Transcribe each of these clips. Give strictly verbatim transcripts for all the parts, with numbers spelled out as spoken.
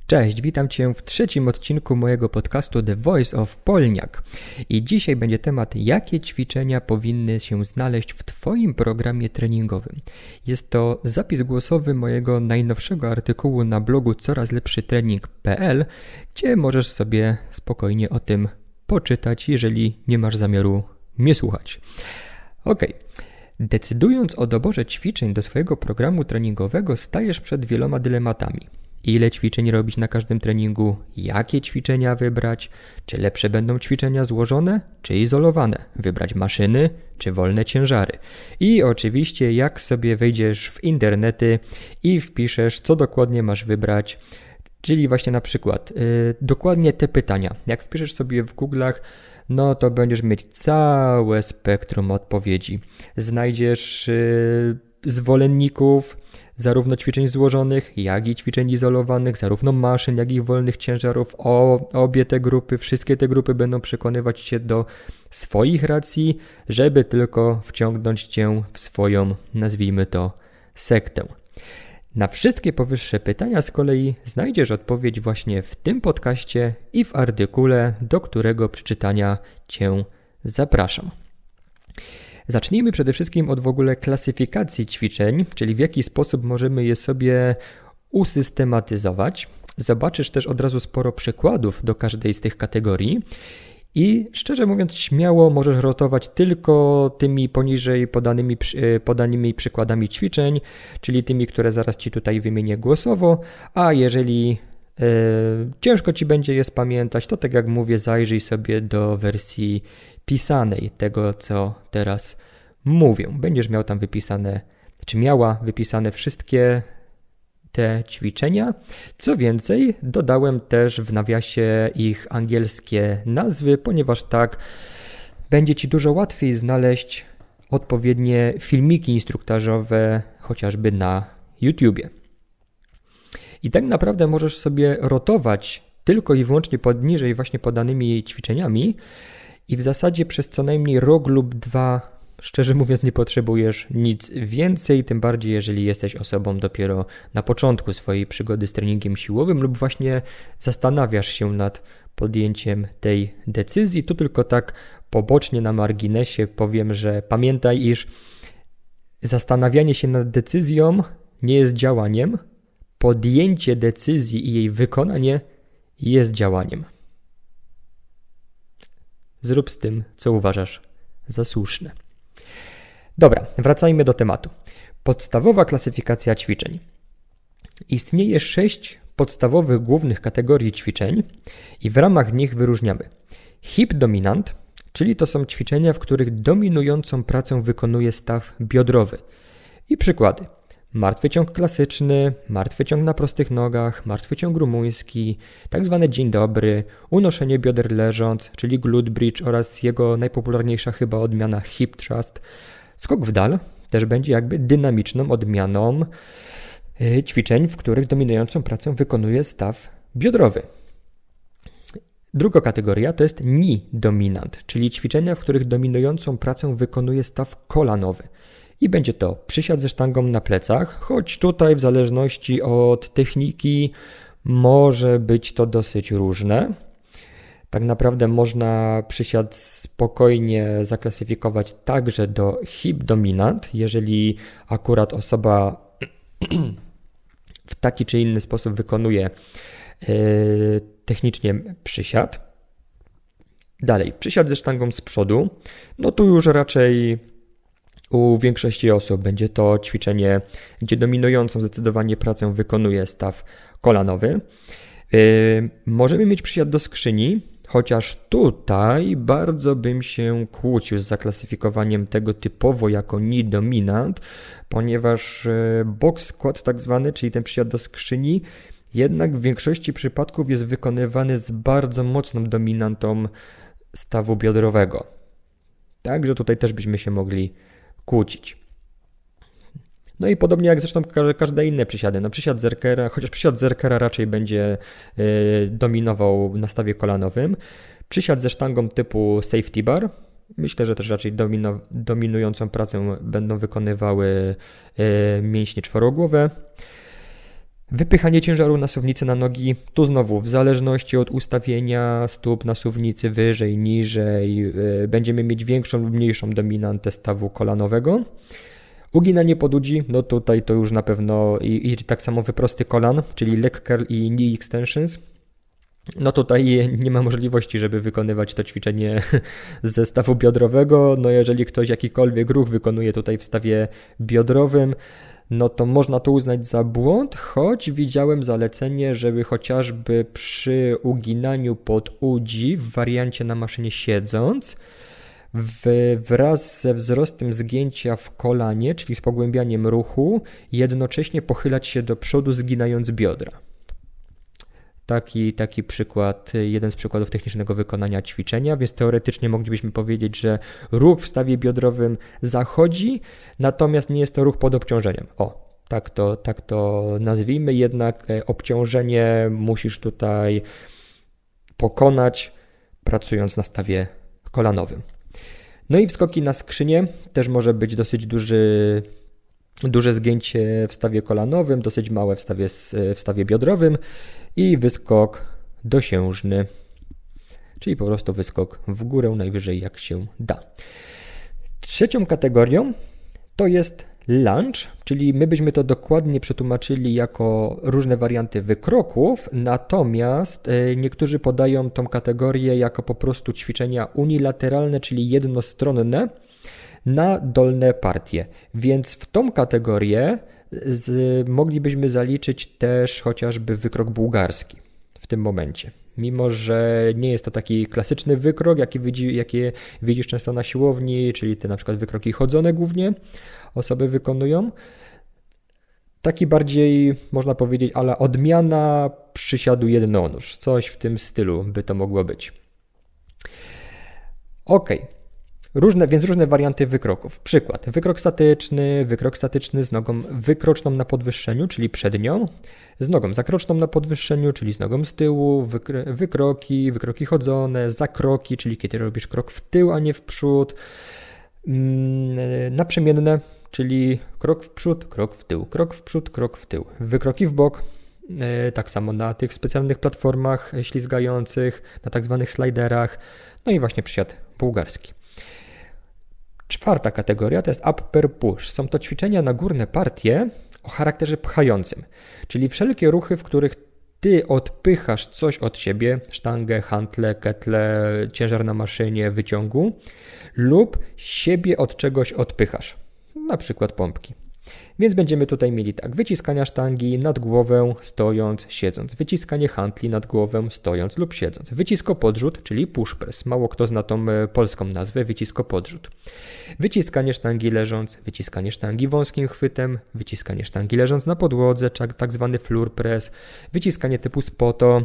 Cześć, witam Cię w trzecim odcinku mojego podcastu The Voice of Polniak. I dzisiaj będzie temat, jakie ćwiczenia powinny się znaleźć w Twoim programie treningowym. Jest to zapis głosowy mojego najnowszego artykułu na blogu coraz lepszy trening kropka p l, gdzie możesz sobie spokojnie o tym poczytać, jeżeli nie masz zamiaru mnie słuchać. Ok. Decydując o doborze ćwiczeń do swojego programu treningowego, stajesz przed wieloma dylematami. Ile ćwiczeń robić na każdym treningu, jakie ćwiczenia wybrać, czy lepsze będą ćwiczenia złożone, czy izolowane, wybrać maszyny, czy wolne ciężary. I oczywiście jak sobie wejdziesz w internety i wpiszesz, co dokładnie masz wybrać, czyli właśnie na przykład yy, dokładnie te pytania. Jak wpiszesz sobie w Google'ach, no to będziesz mieć całe spektrum odpowiedzi. Znajdziesz yy, zwolenników zarówno ćwiczeń złożonych, jak i ćwiczeń izolowanych, zarówno maszyn, jak i wolnych ciężarów. O, obie te grupy, wszystkie te grupy będą przekonywać Cię do swoich racji, żeby tylko wciągnąć Cię w swoją, nazwijmy to, sektę. Na wszystkie powyższe pytania z kolei znajdziesz odpowiedź właśnie w tym podcaście i w artykule, do którego przeczytania Cię zapraszam. Zacznijmy przede wszystkim od w ogóle klasyfikacji ćwiczeń, czyli w jaki sposób możemy je sobie usystematyzować. Zobaczysz też od razu sporo przykładów do każdej z tych kategorii i szczerze mówiąc śmiało możesz rotować tylko tymi poniżej podanymi, podanymi przykładami ćwiczeń, czyli tymi, które zaraz Ci tutaj wymienię głosowo, a jeżeli yy, ciężko Ci będzie je spamiętać, to tak jak mówię, zajrzyj sobie do wersji pisanej tego, co teraz mówię. Będziesz miał tam wypisane, czy miała wypisane wszystkie te ćwiczenia. Co więcej, dodałem też w nawiasie ich angielskie nazwy, ponieważ tak będzie Ci dużo łatwiej znaleźć odpowiednie filmiki instruktażowe, chociażby na YouTubie. I tak naprawdę możesz sobie rotować tylko i wyłącznie poniżej właśnie podanymi ćwiczeniami, i w zasadzie przez co najmniej rok lub dwa, szczerze mówiąc, nie potrzebujesz nic więcej, tym bardziej jeżeli jesteś osobą dopiero na początku swojej przygody z treningiem siłowym lub właśnie zastanawiasz się nad podjęciem tej decyzji. Tu tylko tak pobocznie na marginesie powiem, że pamiętaj, iż zastanawianie się nad decyzją nie jest działaniem, podjęcie decyzji i jej wykonanie jest działaniem. Zrób z tym, co uważasz za słuszne. Dobra, wracajmy do tematu. Podstawowa klasyfikacja ćwiczeń. Istnieje sześć podstawowych głównych kategorii ćwiczeń i w ramach nich wyróżniamy hip dominant, czyli to są ćwiczenia, w których dominującą pracę wykonuje staw biodrowy. I przykłady. Martwy ciąg klasyczny, martwy ciąg na prostych nogach, martwy ciąg rumuński, tak zwany dzień dobry, unoszenie bioder leżąc, czyli glute bridge oraz jego najpopularniejsza chyba odmiana hip thrust. Skok w dal też będzie jakby dynamiczną odmianą ćwiczeń, w których dominującą pracę wykonuje staw biodrowy. Druga kategoria to jest knee dominant, czyli ćwiczenia, w których dominującą pracę wykonuje staw kolanowy. I będzie to przysiad ze sztangą na plecach, choć tutaj w zależności od techniki może być to dosyć różne. Tak naprawdę można przysiad spokojnie zaklasyfikować także do hip dominant, jeżeli akurat osoba w taki czy inny sposób wykonuje yy, technicznie przysiad. Dalej, przysiad ze sztangą z przodu, no tu już raczej u większości osób będzie to ćwiczenie, gdzie dominującą zdecydowanie pracę wykonuje staw kolanowy. Yy, możemy mieć przysiad do skrzyni, chociaż tutaj bardzo bym się kłócił z zaklasyfikowaniem tego typowo jako knee dominant, ponieważ yy, box squat tak zwany, czyli ten przysiad do skrzyni, jednak w większości przypadków jest wykonywany z bardzo mocną dominantą stawu biodrowego. Także tutaj też byśmy się mogli kłócić. No i podobnie jak zresztą każde inne przysiady. No przysiad Zerkera, chociaż przysiad Zerkera raczej będzie y, dominował na stawie kolanowym. Przysiad ze sztangą typu safety bar. Myślę, że też raczej domino, dominującą pracę będą wykonywały y, mięśnie czworogłowe. Wypychanie ciężaru na suwnicy na nogi, tu znowu w zależności od ustawienia stóp na suwnicy wyżej, niżej, yy, będziemy mieć większą lub mniejszą dominantę stawu kolanowego. Uginanie podudzi, no tutaj to już na pewno i, i tak samo wyprosty kolan, czyli leg curl i knee extensions. No tutaj nie ma możliwości, żeby wykonywać to ćwiczenie ze stawu biodrowego. No jeżeli ktoś jakikolwiek ruch wykonuje tutaj w stawie biodrowym, no to można to uznać za błąd, choć widziałem zalecenie, żeby chociażby przy uginaniu podudzi w wariancie na maszynie siedząc, w, wraz ze wzrostem zgięcia w kolanie, czyli z pogłębianiem ruchu, jednocześnie pochylać się do przodu, zginając biodra. Taki, taki przykład, jeden z przykładów technicznego wykonania ćwiczenia, więc teoretycznie moglibyśmy powiedzieć, że ruch w stawie biodrowym zachodzi, natomiast nie jest to ruch pod obciążeniem. O, tak to, tak to nazwijmy, jednak obciążenie musisz tutaj pokonać, pracując na stawie kolanowym. No i wskoki na skrzynię też może być dosyć duży, duże zgięcie w stawie kolanowym, dosyć małe w stawie, w stawie biodrowym i wyskok dosiężny, czyli po prostu wyskok w górę najwyżej jak się da. Trzecią kategorią to jest lunge, czyli my byśmy to dokładnie przetłumaczyli jako różne warianty wykroków, natomiast niektórzy podają tą kategorię jako po prostu ćwiczenia unilateralne, czyli jednostronne na dolne partie, więc w tą kategorię z, moglibyśmy zaliczyć też chociażby wykrok bułgarski w tym momencie. Mimo że nie jest to taki klasyczny wykrok, jaki, widzi, jaki widzisz często na siłowni, czyli te na przykład wykroki chodzone głównie osoby wykonują. Taki bardziej, można powiedzieć, ale odmiana przysiadu jednonóż. Coś w tym stylu by to mogło być. Ok. Różne, więc różne warianty wykroków. Przykład, wykrok statyczny, wykrok statyczny z nogą wykroczną na podwyższeniu, czyli przednią, z nogą zakroczną na podwyższeniu, czyli z nogą z tyłu, wykr- wykroki, wykroki chodzone, zakroki, czyli kiedy robisz krok w tył, a nie w przód, naprzemienne, czyli krok w przód, krok w tył, krok w przód, krok w tył, wykroki w bok, tak samo na tych specjalnych platformach ślizgających, na tak zwanych sliderach, no i właśnie przysiad bułgarski. Czwarta kategoria to jest upper push. Są to ćwiczenia na górne partie o charakterze pchającym, czyli wszelkie ruchy, w których ty odpychasz coś od siebie, sztangę, hantle, ketle, ciężar na maszynie, wyciągu lub siebie od czegoś odpychasz, na przykład pompki. Więc będziemy tutaj mieli tak, wyciskania sztangi nad głowę, stojąc, siedząc, wyciskanie hantli nad głowę, stojąc lub siedząc, wycisko-podrzut, czyli push press, mało kto zna tą polską nazwę, wycisko-podrzut, wyciskanie sztangi leżąc, wyciskanie sztangi wąskim chwytem, wyciskanie sztangi leżąc na podłodze, tak zwany floor press, wyciskanie typu Spoto,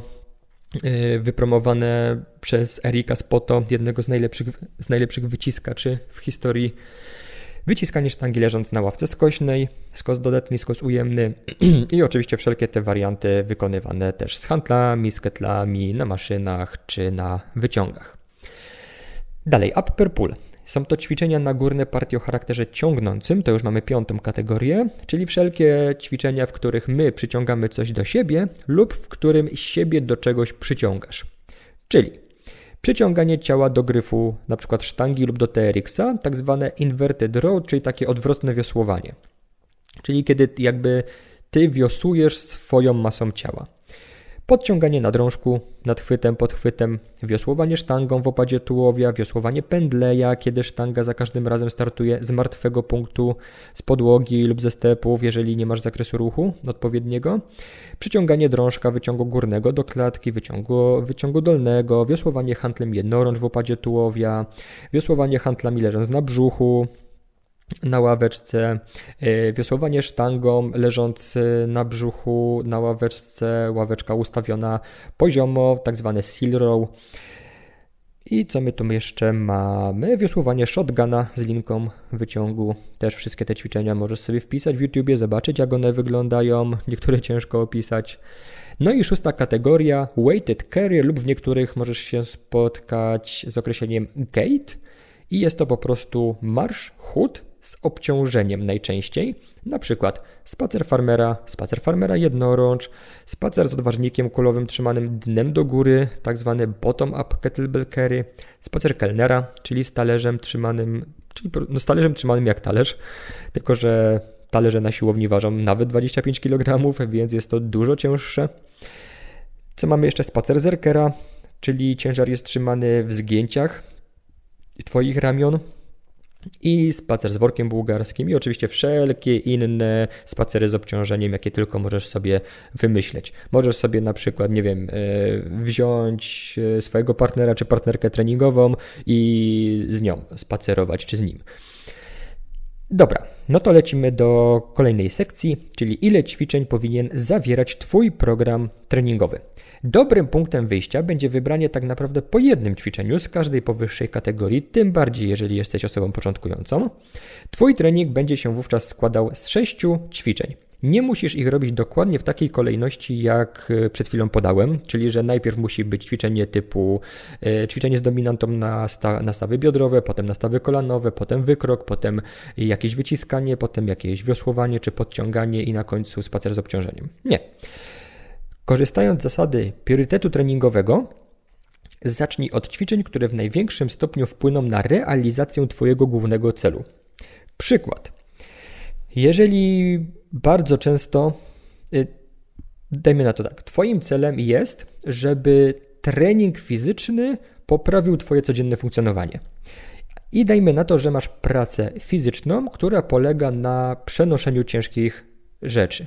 wypromowane przez Erika Spoto, jednego z najlepszych, z najlepszych wyciskaczy w historii. Wyciskanie sztangi leżąc na ławce skośnej, skos dodatni, skos ujemny i oczywiście wszelkie te warianty wykonywane też z hantlami, z ketlami, na maszynach czy na wyciągach. Dalej, upper pull. Są to ćwiczenia na górne partie o charakterze ciągnącym, to już mamy piątą kategorię, czyli wszelkie ćwiczenia, w których my przyciągamy coś do siebie lub w którym siebie do czegoś przyciągasz. Czyli przyciąganie ciała do gryfu, na przykład sztangi lub do T R X-a, tak zwane inverted row, czyli takie odwrotne wiosłowanie. Czyli kiedy jakby ty wiosłujesz swoją masą ciała. Podciąganie na drążku, nad chwytem, pod chwytem, wiosłowanie sztangą w opadzie tułowia, wiosłowanie pędleja, kiedy sztanga za każdym razem startuje z martwego punktu, z podłogi lub ze stepów, jeżeli nie masz zakresu ruchu odpowiedniego. Przyciąganie drążka wyciągu górnego do klatki, wyciągu, wyciągu dolnego, wiosłowanie hantlem jednorącz w opadzie tułowia, wiosłowanie hantlami leżąc na brzuchu, na ławeczce, wiosłowanie sztangą leżąc na brzuchu, na ławeczce, ławeczka ustawiona poziomo, tak zwane seal row. I co my tu jeszcze mamy? Wiosłowanie shotguna z linką wyciągu. Też wszystkie te ćwiczenia możesz sobie wpisać w YouTubie, zobaczyć jak one wyglądają. Niektóre ciężko opisać. No i szósta kategoria, weighted carry lub w niektórych możesz się spotkać z określeniem gait. I jest to po prostu marsz, chód z obciążeniem najczęściej, na przykład spacer farmera, spacer farmera jednorącz, spacer z odważnikiem kulowym trzymanym dnem do góry, tak zwany bottom-up kettlebell carry, spacer kelnera, czyli z talerzem trzymanym, czyli no z talerzem trzymanym jak talerz, tylko że talerze na siłowni ważą nawet dwadzieścia pięć kilogramów, więc jest to dużo cięższe. Co mamy jeszcze? Spacer zerkera, czyli ciężar jest trzymany w zgięciach Twoich ramion. I spacer z workiem bułgarskim i oczywiście wszelkie inne spacery z obciążeniem, jakie tylko możesz sobie wymyśleć. Możesz sobie na przykład, nie wiem, wziąć swojego partnera czy partnerkę treningową i z nią spacerować, czy z nim. Dobra, no to lecimy do kolejnej sekcji, czyli ile ćwiczeń powinien zawierać Twój program treningowy. Dobrym punktem wyjścia będzie wybranie tak naprawdę po jednym ćwiczeniu z każdej powyższej kategorii, tym bardziej jeżeli jesteś osobą początkującą. Twój trening będzie się wówczas składał z sześciu ćwiczeń. Nie musisz ich robić dokładnie w takiej kolejności, jak przed chwilą podałem, czyli że najpierw musi być ćwiczenie typu e, ćwiczenie z dominantą na, sta, na stawy biodrowe, potem na stawy kolanowe, potem wykrok, potem jakieś wyciskanie, potem jakieś wiosłowanie czy podciąganie i na końcu spacer z obciążeniem. Nie. Korzystając z zasady priorytetu treningowego, zacznij od ćwiczeń, które w największym stopniu wpłyną na realizację Twojego głównego celu. Przykład. Jeżeli bardzo często, dajmy na to tak, Twoim celem jest, żeby trening fizyczny poprawił Twoje codzienne funkcjonowanie. I dajmy na to, że masz pracę fizyczną, która polega na przenoszeniu ciężkich rzeczy.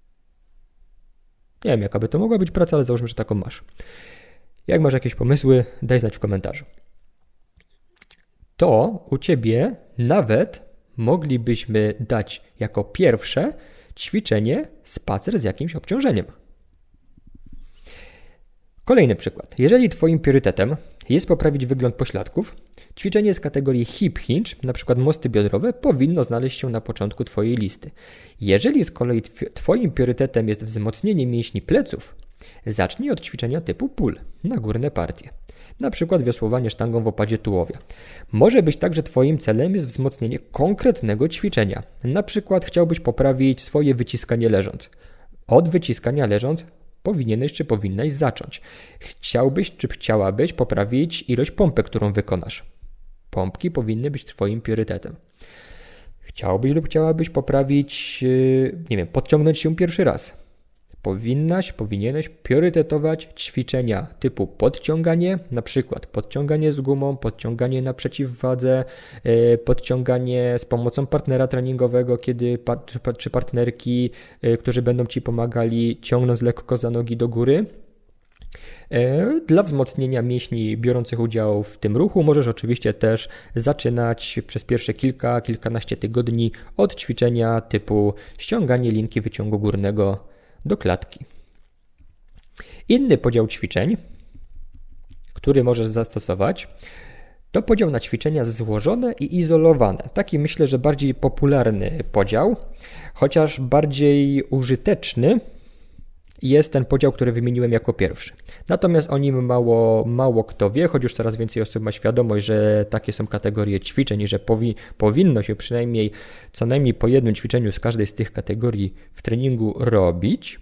Nie wiem, jaka by to mogła być praca, ale załóżmy, że taką masz. Jak masz jakieś pomysły, daj znać w komentarzu. To u Ciebie nawet moglibyśmy dać jako pierwsze ćwiczenie spacer z jakimś obciążeniem. Kolejny przykład. Jeżeli Twoim priorytetem jest poprawić wygląd pośladków, ćwiczenie z kategorii hip hinge, na przykład mosty biodrowe, powinno znaleźć się na początku Twojej listy. Jeżeli z kolei Twoim priorytetem jest wzmocnienie mięśni pleców, zacznij od ćwiczenia typu pull na górne partie. Na przykład wiosłowanie sztangą w opadzie tułowia. Może być tak, że Twoim celem jest wzmocnienie konkretnego ćwiczenia. Na przykład chciałbyś poprawić swoje wyciskanie leżąc. Od wyciskania leżąc powinieneś czy powinnaś zacząć. Chciałbyś czy chciałabyś poprawić ilość pompek, którą wykonasz. Pompki powinny być Twoim priorytetem. Chciałbyś lub chciałabyś poprawić, nie wiem, podciągnąć się pierwszy raz. Powinnaś, powinieneś priorytetować ćwiczenia typu podciąganie, na przykład podciąganie z gumą, podciąganie na przeciwwadze, podciąganie z pomocą partnera treningowego, kiedy czy partnerki, którzy będą Ci pomagali, ciągnąc lekko za nogi do góry. Dla wzmocnienia mięśni biorących udział w tym ruchu możesz oczywiście też zaczynać przez pierwsze kilka, kilkanaście tygodni od ćwiczenia typu ściąganie linki wyciągu górnego do klatki. Inny podział ćwiczeń, który możesz zastosować, to podział na ćwiczenia złożone i izolowane. Taki myślę, że bardziej popularny podział, chociaż bardziej użyteczny jest ten podział, który wymieniłem jako pierwszy. Natomiast o nim mało, mało kto wie, choć już coraz więcej osób ma świadomość, że takie są kategorie ćwiczeń i że powi, powinno się przynajmniej co najmniej po jednym ćwiczeniu z każdej z tych kategorii w treningu robić.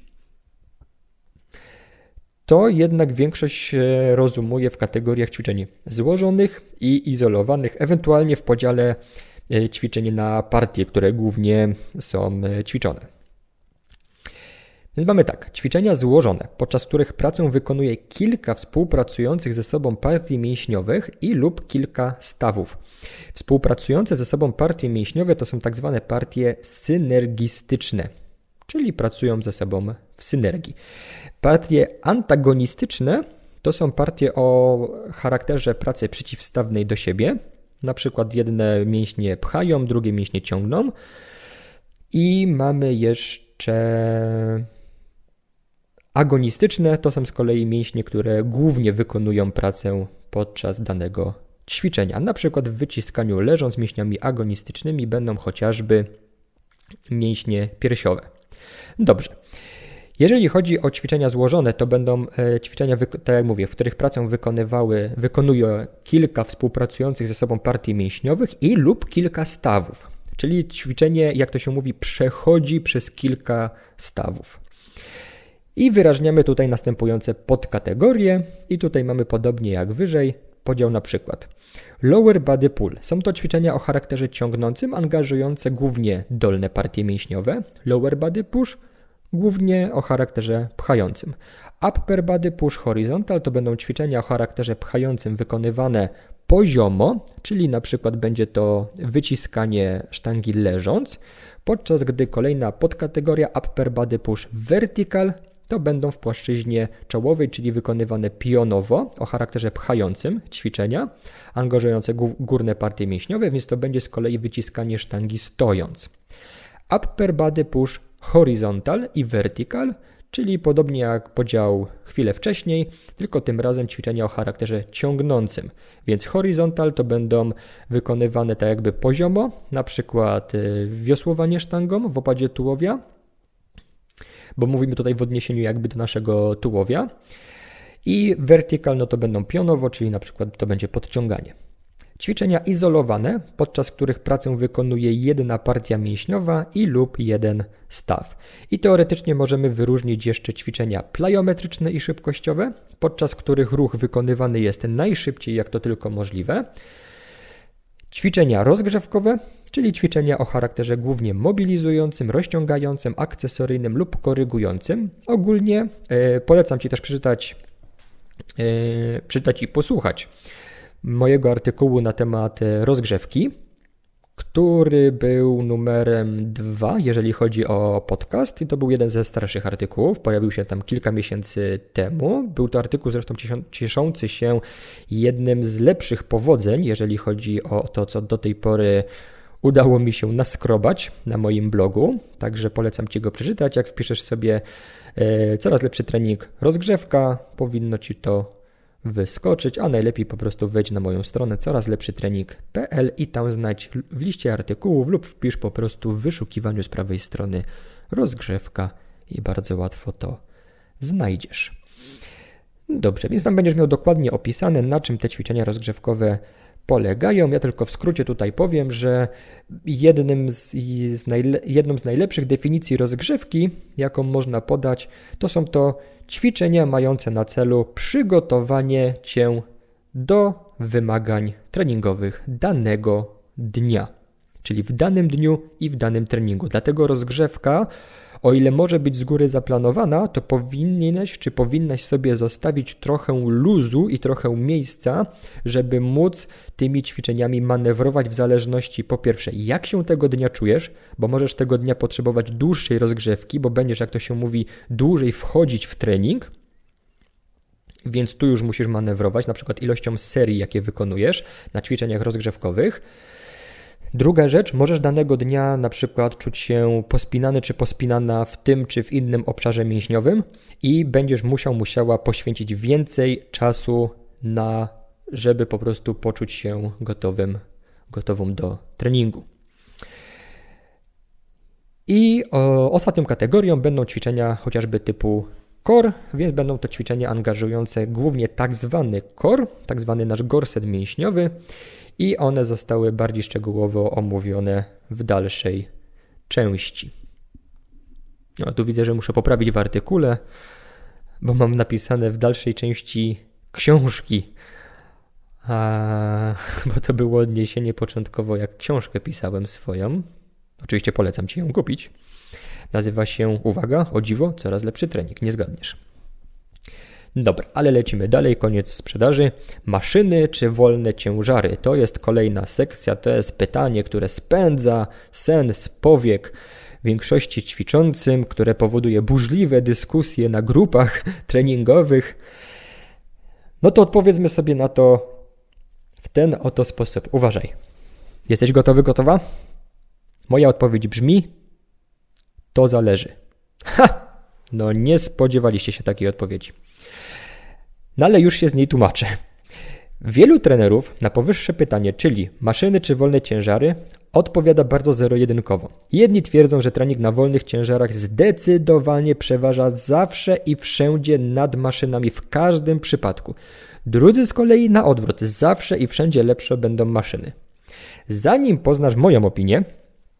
To jednak większość rozumuje w kategoriach ćwiczeń złożonych i izolowanych, ewentualnie w podziale ćwiczeń na partie, które głównie są ćwiczone. Więc mamy tak, ćwiczenia złożone, podczas których pracę wykonuje kilka współpracujących ze sobą partii mięśniowych i lub kilka stawów. Współpracujące ze sobą partie mięśniowe to są tak zwane partie synergistyczne, czyli pracują ze sobą w synergii. Partie antagonistyczne to są partie o charakterze pracy przeciwstawnej do siebie, na przykład jedne mięśnie pchają, drugie mięśnie ciągną i mamy jeszcze agonistyczne, to są z kolei mięśnie, które głównie wykonują pracę podczas danego ćwiczenia. Na przykład w wyciskaniu leżąc mięśniami agonistycznymi będą chociażby mięśnie piersiowe. Dobrze. Jeżeli chodzi o ćwiczenia złożone, to będą ćwiczenia, tak jak mówię, w których pracę wykonywały, wykonuje kilka współpracujących ze sobą partii mięśniowych i lub kilka stawów. czyli ćwiczenie, jak to się mówi, przechodzi przez kilka stawów. I wyrażniamy tutaj następujące podkategorie i tutaj mamy podobnie jak wyżej podział na przykład. Lower body pull. Są to ćwiczenia o charakterze ciągnącym, angażujące głównie dolne partie mięśniowe. Lower body push głównie o charakterze pchającym. Upper body push horizontal to będą ćwiczenia o charakterze pchającym wykonywane poziomo, czyli na przykład będzie to wyciskanie sztangi leżąc, podczas gdy kolejna podkategoria upper body push vertical to będą w płaszczyźnie czołowej, czyli wykonywane pionowo o charakterze pchającym ćwiczenia, angażujące górne partie mięśniowe, więc to będzie z kolei wyciskanie sztangi stojąc. Upper body push horizontal i vertical, czyli podobnie jak podział chwilę wcześniej, tylko tym razem ćwiczenia o charakterze ciągnącym. Więc horizontal to będą wykonywane tak jakby poziomo, na przykład wiosłowanie sztangą w opadzie tułowia, bo mówimy tutaj w odniesieniu jakby do naszego tułowia. I vertical no to będą pionowo, czyli na przykład to będzie podciąganie. Ćwiczenia izolowane, podczas których pracę wykonuje jedna partia mięśniowa i lub jeden staw. I teoretycznie możemy wyróżnić jeszcze ćwiczenia plyometryczne i szybkościowe, podczas których ruch wykonywany jest najszybciej jak to tylko możliwe. Ćwiczenia rozgrzewkowe, czyli ćwiczenia o charakterze głównie mobilizującym, rozciągającym, akcesoryjnym lub korygującym. Ogólnie yy, polecam Ci też przeczytać, yy, przeczytać i posłuchać mojego artykułu na temat rozgrzewki, który był numerem dwa, jeżeli chodzi o podcast, i to był jeden ze starszych artykułów, pojawił się tam kilka miesięcy temu. Był to artykuł zresztą cieszący się jednym z lepszych powodzeń, jeżeli chodzi o to, co do tej pory udało mi się naskrobać na moim blogu, także polecam Ci go przeczytać. Jak wpiszesz sobie e, coraz lepszy trening rozgrzewka, powinno Ci to wyskoczyć, a najlepiej po prostu wejdź na moją stronę coraz lepszy trening kropka p l i tam znajdź w liście artykułów lub wpisz po prostu w wyszukiwaniu z prawej strony rozgrzewka i bardzo łatwo to znajdziesz. Dobrze, więc tam będziesz miał dokładnie opisane, na czym te ćwiczenia rozgrzewkowe polegają. Ja tylko w skrócie tutaj powiem, że jednym z, z najle, jedną z najlepszych definicji rozgrzewki, jaką można podać, to są to ćwiczenia mające na celu przygotowanie Cię do wymagań treningowych danego dnia, czyli w danym dniu i w danym treningu. Dlatego rozgrzewka, o ile może być z góry zaplanowana, to powinieneś czy powinnaś sobie zostawić trochę luzu i trochę miejsca, żeby móc tymi ćwiczeniami manewrować w zależności po pierwsze jak się tego dnia czujesz, bo możesz tego dnia potrzebować dłuższej rozgrzewki, bo będziesz, jak to się mówi, dłużej wchodzić w trening, więc tu już musisz manewrować, na przykład ilością serii, jakie wykonujesz na ćwiczeniach rozgrzewkowych. Druga rzecz, możesz danego dnia na przykład czuć się pospinany czy pospinana w tym czy w innym obszarze mięśniowym i będziesz musiał, musiała poświęcić więcej czasu na, żeby po prostu poczuć się gotowym, gotową do treningu. I o, ostatnią kategorią będą ćwiczenia chociażby typu core, więc będą to ćwiczenia angażujące głównie tak zwany core, tak zwany nasz gorset mięśniowy, i one zostały bardziej szczegółowo omówione w dalszej części. No, tu widzę, że muszę poprawić w artykule, bo mam napisane w dalszej części książki, a, bo to było odniesienie początkowo, jak książkę pisałem swoją. Oczywiście polecam Ci ją kupić. Nazywa się, uwaga, o dziwo, coraz lepszy trening, nie zgadniesz. Dobra, ale lecimy dalej, koniec sprzedaży. Maszyny czy wolne ciężary? To jest kolejna sekcja, to jest pytanie, które spędza sen z powiek większości ćwiczącym, które powoduje burzliwe dyskusje na grupach treningowych. No to odpowiedzmy sobie na to w ten oto sposób. Uważaj. Jesteś gotowy, gotowa? Moja odpowiedź brzmi: to zależy. Ha! No nie spodziewaliście się takiej odpowiedzi. No ale już się z niej tłumaczę. Wielu trenerów na powyższe pytanie, czyli maszyny czy wolne ciężary, odpowiada bardzo zero-jedynkowo. Jedni twierdzą, że trening na wolnych ciężarach zdecydowanie przeważa zawsze i wszędzie nad maszynami w każdym przypadku. Drudzy z kolei na odwrót, zawsze i wszędzie lepsze będą maszyny. Zanim poznasz moją opinię,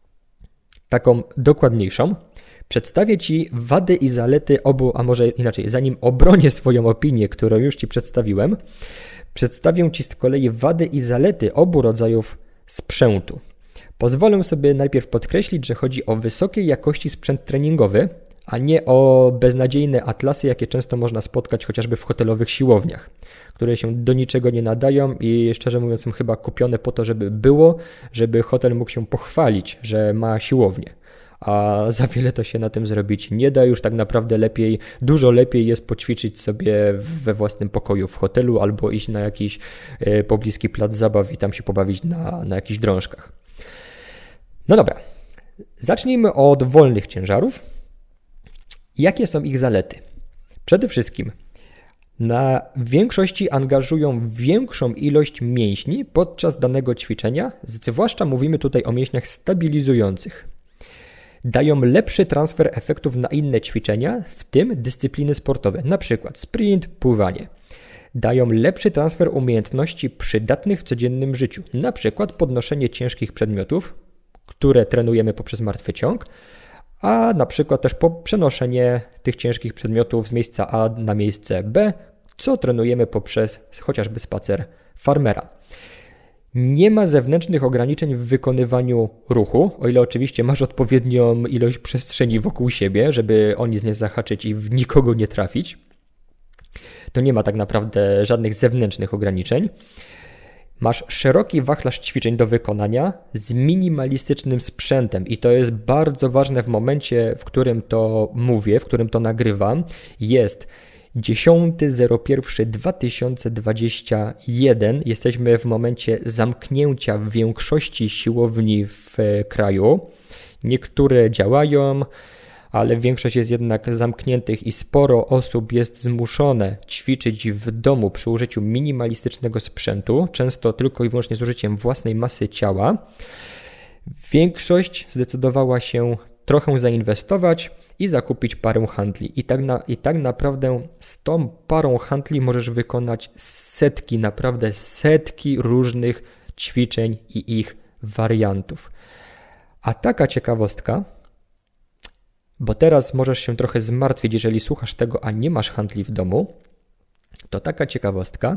taką dokładniejszą, przedstawię Ci wady i zalety obu, a może inaczej, zanim obronię swoją opinię, którą już Ci przedstawiłem, przedstawię Ci z kolei wady i zalety obu rodzajów sprzętu. Pozwolę sobie najpierw podkreślić, że chodzi o wysokiej jakości sprzęt treningowy, a nie o beznadziejne atlasy, jakie często można spotkać chociażby w hotelowych siłowniach, które się do niczego nie nadają i szczerze mówiąc są chyba kupione po to, żeby było, żeby hotel mógł się pochwalić, że ma siłownię. A za wiele to się na tym zrobić nie da, już tak naprawdę lepiej, dużo lepiej jest poćwiczyć sobie we własnym pokoju w hotelu albo iść na jakiś y, pobliski plac zabaw i tam się pobawić na, na jakichś drążkach. No dobra, zacznijmy od wolnych ciężarów. Jakie są ich zalety? Przede wszystkim na większości angażują większą ilość mięśni podczas danego ćwiczenia, zwłaszcza mówimy tutaj o mięśniach stabilizujących. Dają lepszy transfer efektów na inne ćwiczenia, w tym dyscypliny sportowe, np. sprint, pływanie. Dają lepszy transfer umiejętności przydatnych w codziennym życiu, np. podnoszenie ciężkich przedmiotów, które trenujemy poprzez martwy ciąg, a na przykład też po przenoszenie tych ciężkich przedmiotów z miejsca A na miejsce B, co trenujemy poprzez chociażby spacer farmera. Nie ma zewnętrznych ograniczeń w wykonywaniu ruchu, o ile oczywiście masz odpowiednią ilość przestrzeni wokół siebie, żeby o nic nie zahaczyć i w nikogo nie trafić. To nie ma tak naprawdę żadnych zewnętrznych ograniczeń. Masz szeroki wachlarz ćwiczeń do wykonania z minimalistycznym sprzętem i to jest bardzo ważne w momencie, w którym to mówię, w którym to nagrywam. Jest dziesiątego pierwszego dwa tysiące dwudziestego pierwszego. Jesteśmy w momencie zamknięcia w większości siłowni w kraju. Niektóre działają, ale większość jest jednak zamkniętych i sporo osób jest zmuszone ćwiczyć w domu przy użyciu minimalistycznego sprzętu, często tylko i wyłącznie z użyciem własnej masy ciała. Większość zdecydowała się trochę zainwestować i zakupić parę handli. I tak, na, I tak naprawdę z tą parą handli możesz wykonać setki, naprawdę setki różnych ćwiczeń i ich wariantów. A taka ciekawostka, bo teraz możesz się trochę zmartwić, jeżeli słuchasz tego, a nie masz handli w domu, to taka ciekawostka,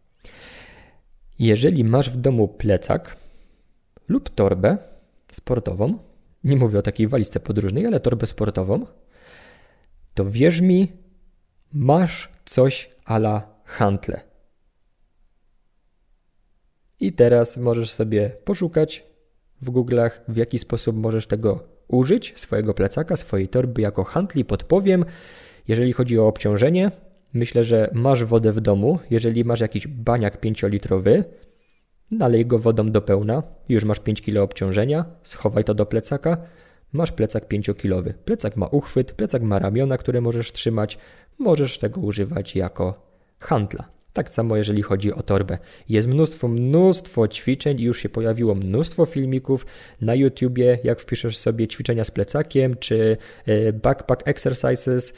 jeżeli masz w domu plecak lub torbę sportową, nie mówię o takiej walizce podróżnej, ale torbę sportową, to wierz mi, masz coś a la hantle. I teraz możesz sobie poszukać w Google'ach, w jaki sposób możesz tego użyć, swojego plecaka, swojej torby jako hantli. Podpowiem, jeżeli chodzi o obciążenie, myślę, że masz wodę w domu. Jeżeli masz jakiś baniak pięciolitrowy, nalej go wodą do pełna, już masz pięć kilo obciążenia, schowaj to do plecaka, masz plecak pięciokilowy. Plecak ma uchwyt, plecak ma ramiona, które możesz trzymać, możesz tego używać jako hantla. Tak samo jeżeli chodzi o torbę. Jest mnóstwo, mnóstwo ćwiczeń i już się pojawiło mnóstwo filmików na YouTubie, jak wpiszesz sobie ćwiczenia z plecakiem, czy backpack exercises,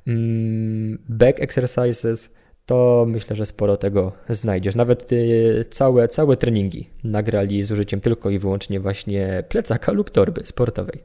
back exercises, to myślę, że sporo tego znajdziesz. Nawet całe, całe treningi nagrali z użyciem tylko i wyłącznie właśnie plecaka lub torby sportowej.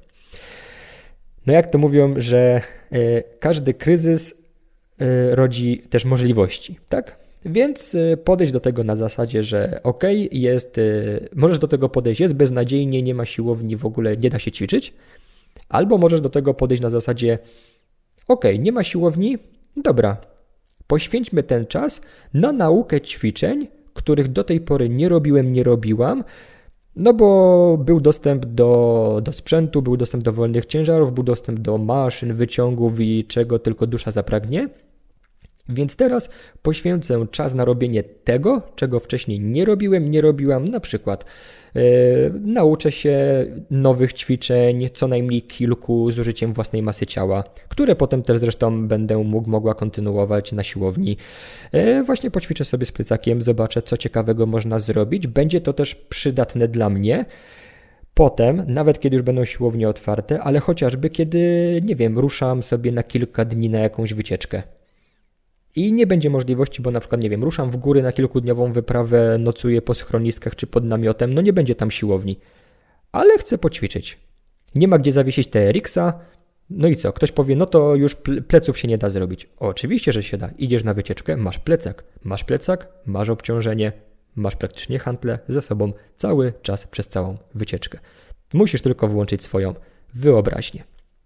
No jak to mówią, że każdy kryzys rodzi też możliwości, tak? Więc podejść do tego na zasadzie, że ok, jest, możesz do tego podejść, jest beznadziejnie, nie ma siłowni, w ogóle nie da się ćwiczyć, albo możesz do tego podejść na zasadzie ok, nie ma siłowni, dobra, poświęćmy ten czas na naukę ćwiczeń, których do tej pory nie robiłem, nie robiłam, no bo był dostęp do, do sprzętu, był dostęp do wolnych ciężarów, był dostęp do maszyn, wyciągów i czego tylko dusza zapragnie. Więc teraz poświęcę czas na robienie tego, czego wcześniej nie robiłem, nie robiłam, na przykład yy, nauczę się nowych ćwiczeń, co najmniej kilku z użyciem własnej masy ciała, które potem też zresztą będę mógł, mogła kontynuować na siłowni. Yy, właśnie poćwiczę sobie z plecakiem, zobaczę, co ciekawego można zrobić. Będzie to też przydatne dla mnie. Potem, nawet kiedy już będą siłownie otwarte, ale chociażby kiedy, nie wiem, ruszam sobie na kilka dni na jakąś wycieczkę. I nie będzie możliwości, bo na przykład, nie wiem, ruszam w góry na kilkudniową wyprawę, nocuję po schroniskach czy pod namiotem, no nie będzie tam siłowni, ale chcę poćwiczyć. Nie ma gdzie zawiesić T R X-a, no i co? Ktoś powie, no to już pleców się nie da zrobić. O, oczywiście, że się da. Idziesz na wycieczkę, masz plecak. Masz plecak, masz obciążenie, masz praktycznie hantle ze sobą cały czas przez całą wycieczkę. Musisz tylko włączyć swoją wyobraźnię.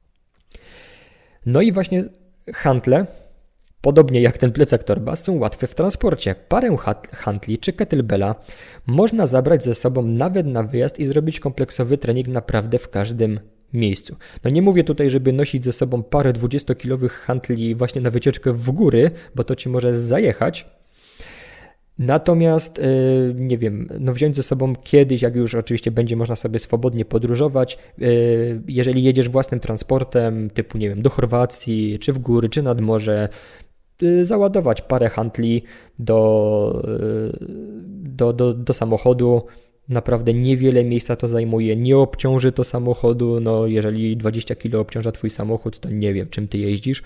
No i właśnie hantle, podobnie jak ten plecak torba, są łatwe w transporcie. Parę hantli czy kettlebella można zabrać ze sobą nawet na wyjazd i zrobić kompleksowy trening naprawdę w każdym miejscu. No nie mówię tutaj, żeby nosić ze sobą parę dwudziestokilowych hantli właśnie na wycieczkę w góry, bo to ci może zajechać. Natomiast, yy, nie wiem, no wziąć ze sobą kiedyś, jak już oczywiście będzie można sobie swobodnie podróżować, yy, jeżeli jedziesz własnym transportem, typu, nie wiem, do Chorwacji, czy w góry, czy nad morze, yy, załadować parę hantli do, yy, do, do, do samochodu. Naprawdę niewiele miejsca to zajmuje, nie obciąży to samochodu, no jeżeli dwadzieścia kilo obciąża twój samochód, to nie wiem, czym ty jeździsz.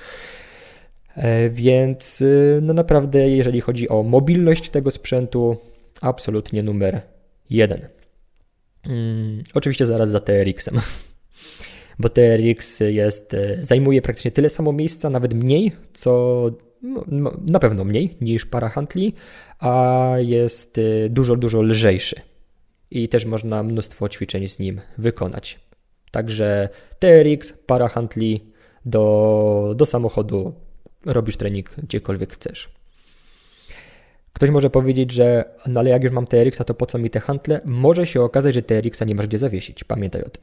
Więc no naprawdę, jeżeli chodzi o mobilność tego sprzętu, absolutnie numer jeden. Hmm, oczywiście zaraz za T R X-em, bo T R X jest, zajmuje praktycznie tyle samo miejsca, nawet mniej, co no, na pewno mniej niż para hantli, a jest dużo, dużo lżejszy i też można mnóstwo ćwiczeń z nim wykonać. Także T R X, para hantli do, do samochodu, robisz trening gdziekolwiek chcesz. Ktoś może powiedzieć, że no ale jak już mam T R X-a, to po co mi te hantle? Może się okazać, że T R X-a nie masz gdzie zawiesić. Pamiętaj o tym.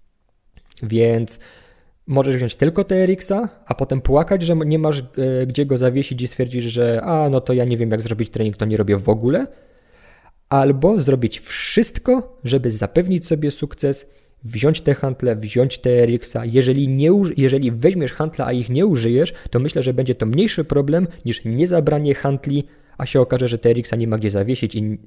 Więc możesz wziąć tylko T R X-a, a potem płakać, że nie masz e, gdzie go zawiesić i stwierdzisz, że a no to ja nie wiem jak zrobić trening, to nie robię w ogóle. Albo zrobić wszystko, żeby zapewnić sobie sukces, wziąć te hantle, wziąć T R X-a. Jeżeli, nie, jeżeli weźmiesz hantla, a ich nie użyjesz, to myślę, że będzie to mniejszy problem niż niezabranie hantli, a się okaże, że T R X-a nie ma gdzie zawiesić i,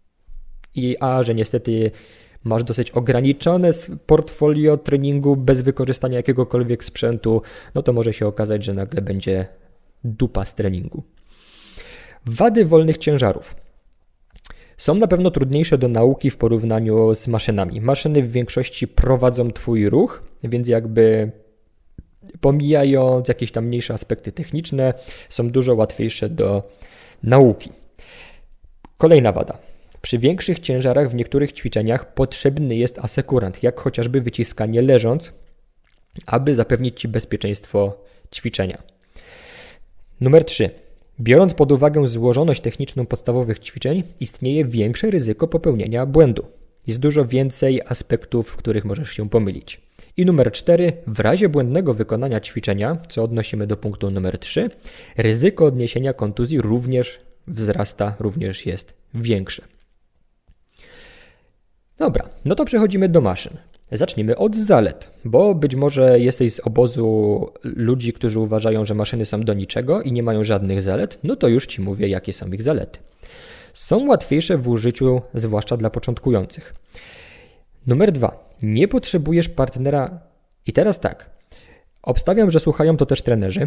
i a, że niestety masz dosyć ograniczone portfolio treningu bez wykorzystania jakiegokolwiek sprzętu, no to może się okazać, że nagle będzie dupa z treningu. Wady wolnych ciężarów. Są na pewno trudniejsze do nauki w porównaniu z maszynami. Maszyny w większości prowadzą twój ruch, więc jakby pomijając jakieś tam mniejsze aspekty techniczne, są dużo łatwiejsze do nauki. Kolejna wada. Przy większych ciężarach w niektórych ćwiczeniach potrzebny jest asekurant, jak chociażby wyciskanie leżąc, aby zapewnić ci bezpieczeństwo ćwiczenia. Numer trzy. Biorąc pod uwagę złożoność techniczną podstawowych ćwiczeń, istnieje większe ryzyko popełnienia błędu. Jest dużo więcej aspektów, w których możesz się pomylić. I numer cztery. W razie błędnego wykonania ćwiczenia, co odnosimy do punktu numer trzy, ryzyko odniesienia kontuzji również wzrasta, również jest większe. Dobra, no to przechodzimy do maszyn. Zacznijmy od zalet, bo być może jesteś z obozu ludzi, którzy uważają, że maszyny są do niczego i nie mają żadnych zalet, no to już Ci mówię, jakie są ich zalety. Są łatwiejsze w użyciu, zwłaszcza dla początkujących. Numer dwa. Nie potrzebujesz partnera. I teraz tak, obstawiam, że słuchają to też trenerzy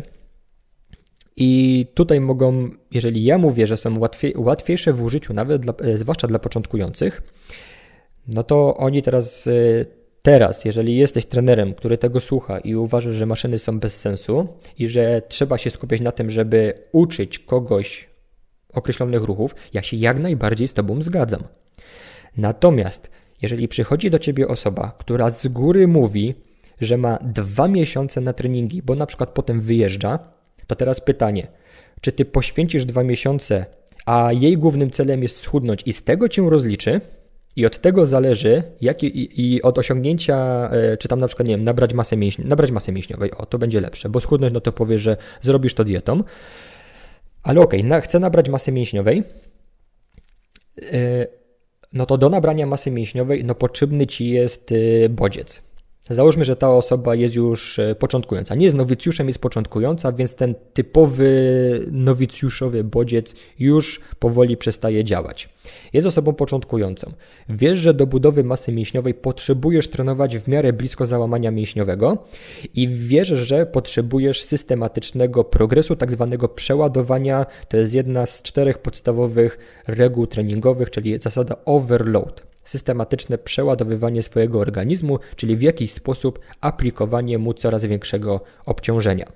i tutaj mogą, jeżeli ja mówię, że są łatwiej, łatwiejsze w użyciu, nawet dla, zwłaszcza dla początkujących, no to oni teraz... Teraz, jeżeli jesteś trenerem, który tego słucha i uważasz, że maszyny są bez sensu i że trzeba się skupiać na tym, żeby uczyć kogoś określonych ruchów, ja się jak najbardziej z Tobą zgadzam. Natomiast jeżeli przychodzi do Ciebie osoba, która z góry mówi, że ma dwa miesiące na treningi, bo na przykład potem wyjeżdża, to teraz pytanie, czy Ty poświęcisz dwa miesiące, a jej głównym celem jest schudnąć i z tego Cię rozliczy, i od tego zależy, jak i, i od osiągnięcia, czy tam na przykład, nie wiem, nabrać masę mięśni, nabrać masę mięśniowej, o, to będzie lepsze, bo schudnąć, no to powiesz, że zrobisz to dietą, ale okej, okay, chcę nabrać masy mięśniowej, yy, no to do nabrania masy mięśniowej, no potrzebny Ci jest yy, bodziec. Załóżmy, że ta osoba jest już początkująca. Nie jest nowicjuszem, jest początkująca, więc ten typowy nowicjuszowy bodziec już powoli przestaje działać. Jest osobą początkującą. Wiesz, że do budowy masy mięśniowej potrzebujesz trenować w miarę blisko załamania mięśniowego i wiesz, że potrzebujesz systematycznego progresu, tak zwanego przeładowania. To jest jedna z czterech podstawowych reguł treningowych, czyli zasada overload. systematyczne przeładowywanie swojego organizmu, czyli w jakiś sposób aplikowanie mu coraz większego obciążenia.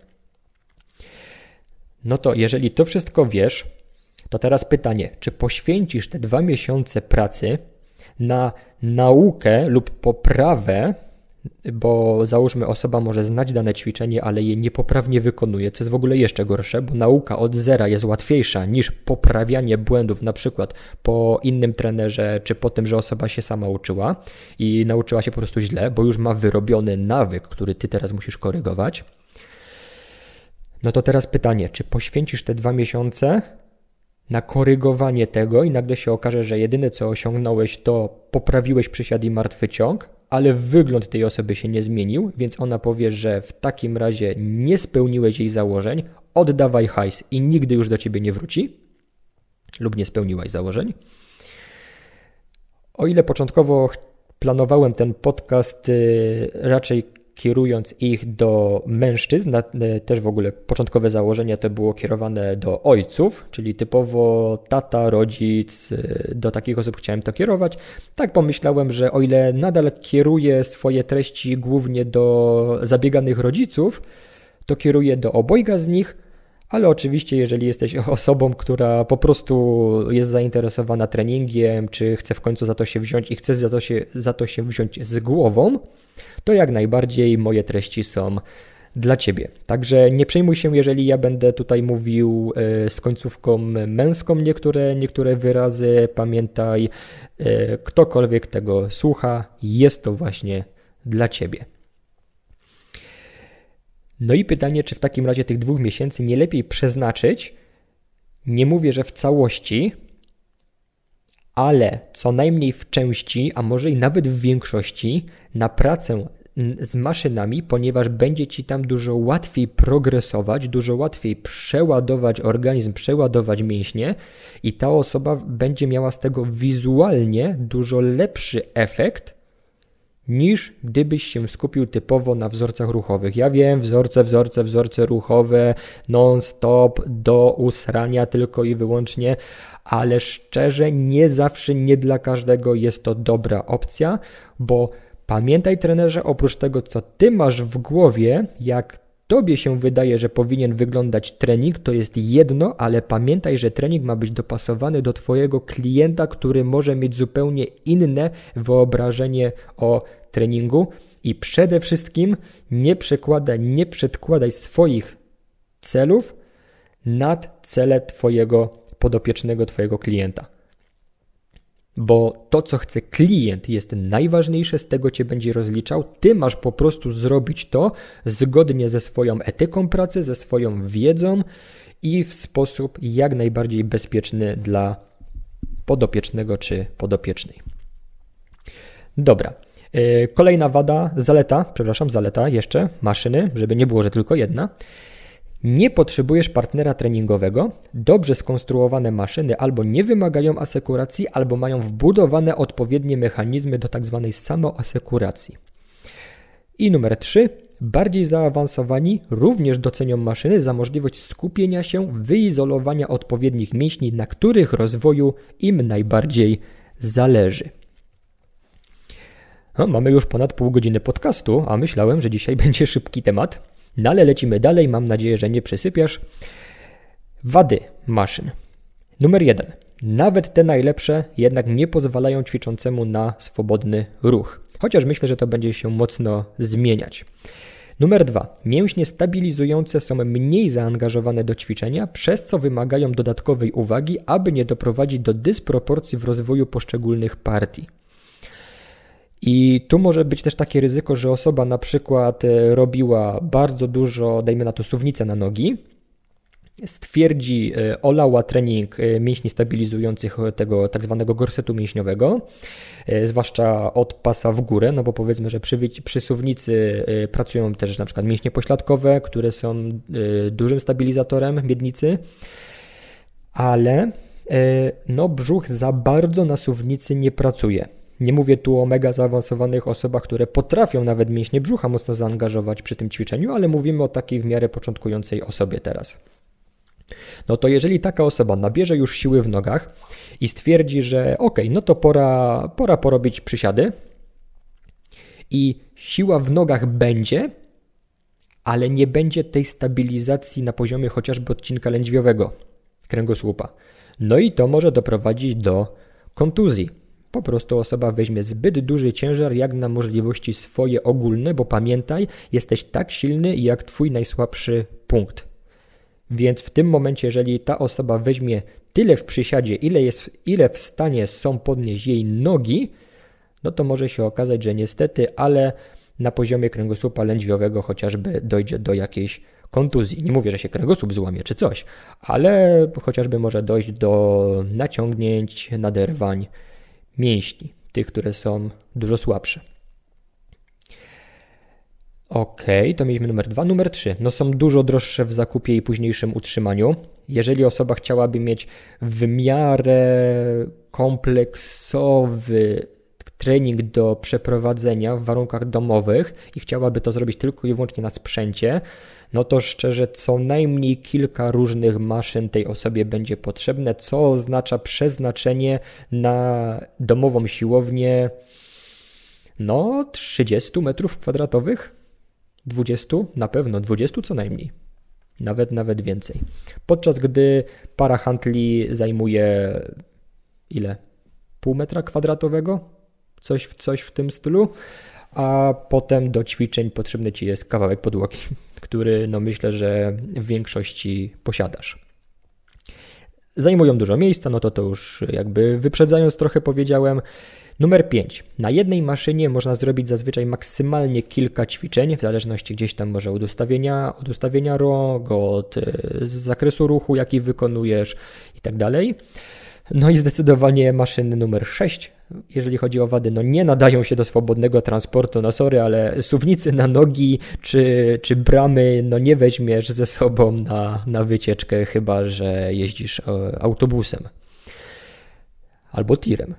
No to jeżeli to wszystko wiesz, to teraz pytanie, czy poświęcisz te dwa miesiące pracy na naukę lub poprawę, bo załóżmy osoba może znać dane ćwiczenie, ale je niepoprawnie wykonuje, co jest w ogóle jeszcze gorsze, bo nauka od zera jest łatwiejsza niż poprawianie błędów, na przykład po innym trenerze, czy po tym, że osoba się sama uczyła i nauczyła się po prostu źle, bo już ma wyrobiony nawyk, który ty teraz musisz korygować. No to teraz pytanie, czy poświęcisz te dwa miesiące na korygowanie tego i nagle się okaże, że jedyne co osiągnąłeś to poprawiłeś przysiad i martwy ciąg, ale wygląd tej osoby się nie zmienił, więc ona powie, że w takim razie nie spełniłeś jej założeń, oddawaj hajs i nigdy już do ciebie nie wróci lub nie spełniłaś założeń. O ile początkowo planowałem ten podcast raczej kierując ich do mężczyzn, też w ogóle początkowe założenie to było kierowane do ojców, czyli typowo tata, rodzic, do takich osób chciałem to kierować. Tak pomyślałem, że o ile nadal kieruję swoje treści głównie do zabieganych rodziców, to kieruję do obojga z nich, ale oczywiście jeżeli jesteś osobą, która po prostu jest zainteresowana treningiem, czy chce w końcu za to się wziąć i chce za to się, za to się wziąć z głową, to jak najbardziej moje treści są dla Ciebie. Także nie przejmuj się, jeżeli ja będę tutaj mówił z końcówką męską niektóre, niektóre wyrazy. Pamiętaj, ktokolwiek tego słucha, jest to właśnie dla Ciebie. No i pytanie, czy w takim razie tych dwóch miesięcy nie lepiej przeznaczyć, nie mówię, że w całości, ale co najmniej w części, a może i nawet w większości, na pracę z maszynami, ponieważ będzie Ci tam dużo łatwiej progresować, dużo łatwiej przeładować organizm, przeładować mięśnie i ta osoba będzie miała z tego wizualnie dużo lepszy efekt, niż gdybyś się skupił typowo na wzorcach ruchowych. Ja wiem, wzorce, wzorce, wzorce ruchowe, non-stop, do usrania tylko i wyłącznie, ale szczerze nie zawsze, nie dla każdego jest to dobra opcja, bo pamiętaj trenerze, oprócz tego co Ty masz w głowie, jak Tobie się wydaje, że powinien wyglądać trening, to jest jedno, ale pamiętaj, że trening ma być dopasowany do Twojego klienta, który może mieć zupełnie inne wyobrażenie o treningu i przede wszystkim nie przekładaj, nie przedkładaj swoich celów nad cele Twojego podopiecznego, Twojego klienta. Bo to, co chce klient, jest najważniejsze, z tego Cię będzie rozliczał. Ty masz po prostu zrobić to zgodnie ze swoją etyką pracy, ze swoją wiedzą i w sposób jak najbardziej bezpieczny dla podopiecznego czy podopiecznej. Dobra. Kolejna wada, zaleta, przepraszam, zaleta jeszcze, maszyny, żeby nie było, że tylko jedna. Nie potrzebujesz partnera treningowego, dobrze skonstruowane maszyny albo nie wymagają asekuracji, albo mają wbudowane odpowiednie mechanizmy do tak zwanej samoasekuracji. I numer trzy. Bardziej zaawansowani również docenią maszyny za możliwość skupienia się, wyizolowania odpowiednich mięśni, na których rozwoju im najbardziej zależy. No, mamy już ponad pół godziny podcastu, a myślałem, że dzisiaj będzie szybki temat. No ale lecimy dalej, mam nadzieję, że nie przysypiasz. Wady maszyn. Numer jeden. Nawet te najlepsze jednak nie pozwalają ćwiczącemu na swobodny ruch. Chociaż myślę, że to będzie się mocno zmieniać. Numer dwa. Mięśnie stabilizujące są mniej zaangażowane do ćwiczenia, przez co wymagają dodatkowej uwagi, aby nie doprowadzić do dysproporcji w rozwoju poszczególnych partii. I tu może być też takie ryzyko, że osoba na przykład robiła bardzo dużo, dajmy na to suwnicę na nogi, stwierdzi, olała trening mięśni stabilizujących tego tak zwanego gorsetu mięśniowego, zwłaszcza od pasa w górę, no bo powiedzmy, że przy, przy suwnicy pracują też na przykład mięśnie pośladkowe, które są dużym stabilizatorem miednicy, ale no brzuch za bardzo na suwnicy nie pracuje. Nie mówię tu o mega zaawansowanych osobach, które potrafią nawet mięśnie brzucha mocno zaangażować przy tym ćwiczeniu, ale mówimy o takiej w miarę początkującej osobie teraz. No to jeżeli taka osoba nabierze już siły w nogach i stwierdzi, że ok, no to pora, pora porobić przysiady i siła w nogach będzie, ale nie będzie tej stabilizacji na poziomie chociażby odcinka lędźwiowego kręgosłupa. No i to może doprowadzić do kontuzji. Po prostu osoba weźmie zbyt duży ciężar jak na możliwości swoje ogólne, bo pamiętaj, jesteś tak silny jak twój najsłabszy punkt. Więc w tym momencie, jeżeli ta osoba weźmie tyle w przysiadzie, ile, jest, ile w stanie są podnieść jej nogi, no to może się okazać, że niestety, ale na poziomie kręgosłupa lędźwiowego chociażby dojdzie do jakiejś kontuzji. Nie mówię, że się kręgosłup złamie czy coś, ale chociażby może dojść do naciągnięć, naderwań mięśni, tych, które są dużo słabsze. Ok, to mieliśmy numer dwa. Numer trzy. No są dużo droższe w zakupie i późniejszym utrzymaniu. Jeżeli osoba chciałaby mieć w miarę kompleksowy trening do przeprowadzenia w warunkach domowych i chciałaby to zrobić tylko i wyłącznie na sprzęcie, no to szczerze co najmniej kilka różnych maszyn tej osobie będzie potrzebne, co oznacza przeznaczenie na domową siłownię no trzydzieści metrów kwadratowych, dwadzieścia, na pewno dwadzieścia co najmniej, nawet nawet więcej. Podczas gdy para hantli zajmuje ile? Pół metra kwadratowego? Coś, coś w tym stylu, a potem do ćwiczeń potrzebny Ci jest kawałek podłogi, który no myślę, że w większości posiadasz. Zajmują dużo miejsca, no to to już jakby wyprzedzając trochę powiedziałem. Numer pięć. Na jednej maszynie można zrobić zazwyczaj maksymalnie kilka ćwiczeń, w zależności gdzieś tam może od ustawienia, od ustawienia rąk, od z zakresu ruchu, jaki wykonujesz i tak dalej. No i zdecydowanie maszyny numer sześć, jeżeli chodzi o wady, no nie nadają się do swobodnego transportu, no sorry, ale suwnicy na nogi czy, czy bramy, no nie weźmiesz ze sobą na, na wycieczkę, chyba że jeździsz autobusem albo tirem.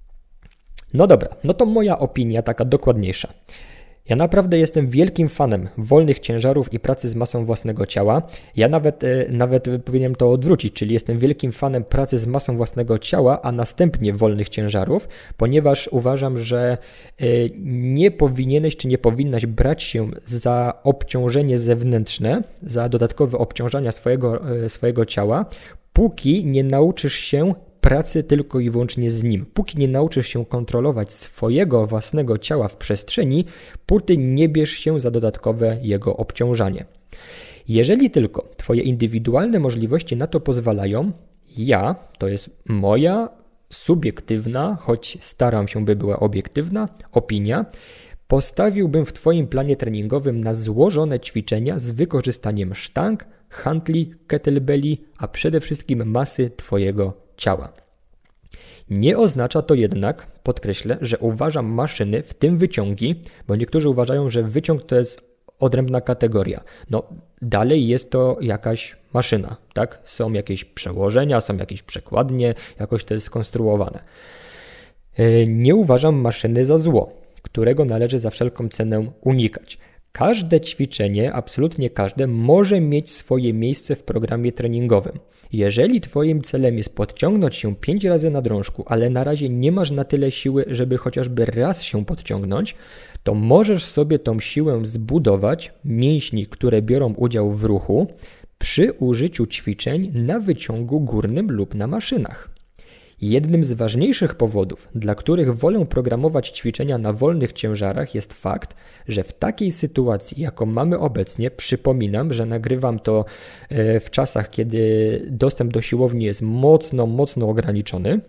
No dobra, no to moja opinia taka dokładniejsza. Ja naprawdę jestem wielkim fanem wolnych ciężarów i pracy z masą własnego ciała. Ja nawet, nawet powinienem to odwrócić, czyli jestem wielkim fanem pracy z masą własnego ciała, a następnie wolnych ciężarów, ponieważ uważam, że nie powinieneś czy nie powinnaś brać się za obciążenie zewnętrzne, za dodatkowe obciążania swojego, swojego ciała, póki nie nauczysz się pracy tylko i wyłącznie z nim. Póki nie nauczysz się kontrolować swojego własnego ciała w przestrzeni, póty nie bierz się za dodatkowe jego obciążanie. Jeżeli tylko Twoje indywidualne możliwości na to pozwalają, ja, to jest moja subiektywna, choć staram się, by była obiektywna, opinia, postawiłbym w Twoim planie treningowym na złożone ćwiczenia z wykorzystaniem sztang, hantli, kettlebelli, a przede wszystkim masy Twojego ciała. Nie oznacza to jednak, podkreślę, że uważam maszyny, w tym wyciągi, bo niektórzy uważają, że wyciąg to jest odrębna kategoria. No dalej jest to jakaś maszyna, tak? Są jakieś przełożenia, są jakieś przekładnie, jakoś to jest skonstruowane. Nie uważam maszyny za zło, którego należy za wszelką cenę unikać. Każde ćwiczenie, absolutnie każde, może mieć swoje miejsce w programie treningowym. Jeżeli Twoim celem jest podciągnąć się pięć razy na drążku, ale na razie nie masz na tyle siły, żeby chociażby raz się podciągnąć, to możesz sobie tą siłę zbudować, mięśni, które biorą udział w ruchu, przy użyciu ćwiczeń na wyciągu górnym lub na maszynach. Jednym z ważniejszych powodów, dla których wolę programować ćwiczenia na wolnych ciężarach, jest fakt, że w takiej sytuacji, jaką mamy obecnie, przypominam, że nagrywam to w czasach, kiedy dostęp do siłowni jest mocno, mocno ograniczony.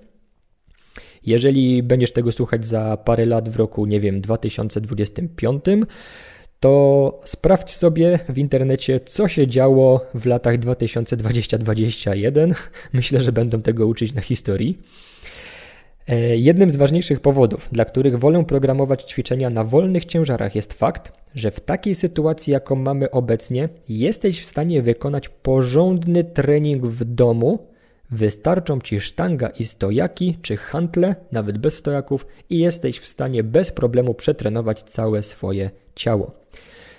Jeżeli będziesz tego słuchać za parę lat w roku, nie wiem, dwa tysiące dwudziestym piątym, to sprawdź sobie w internecie, co się działo w latach dwa tysiące dwudziestym do dwudziestego pierwszego. Myślę, że będą tego uczyć na historii. Jednym z ważniejszych powodów, dla których wolę programować ćwiczenia na wolnych ciężarach, jest fakt, że w takiej sytuacji, jaką mamy obecnie, jesteś w stanie wykonać porządny trening w domu. Wystarczą Ci sztanga i stojaki, czy hantle, nawet bez stojaków, i jesteś w stanie bez problemu przetrenować całe swoje ciało.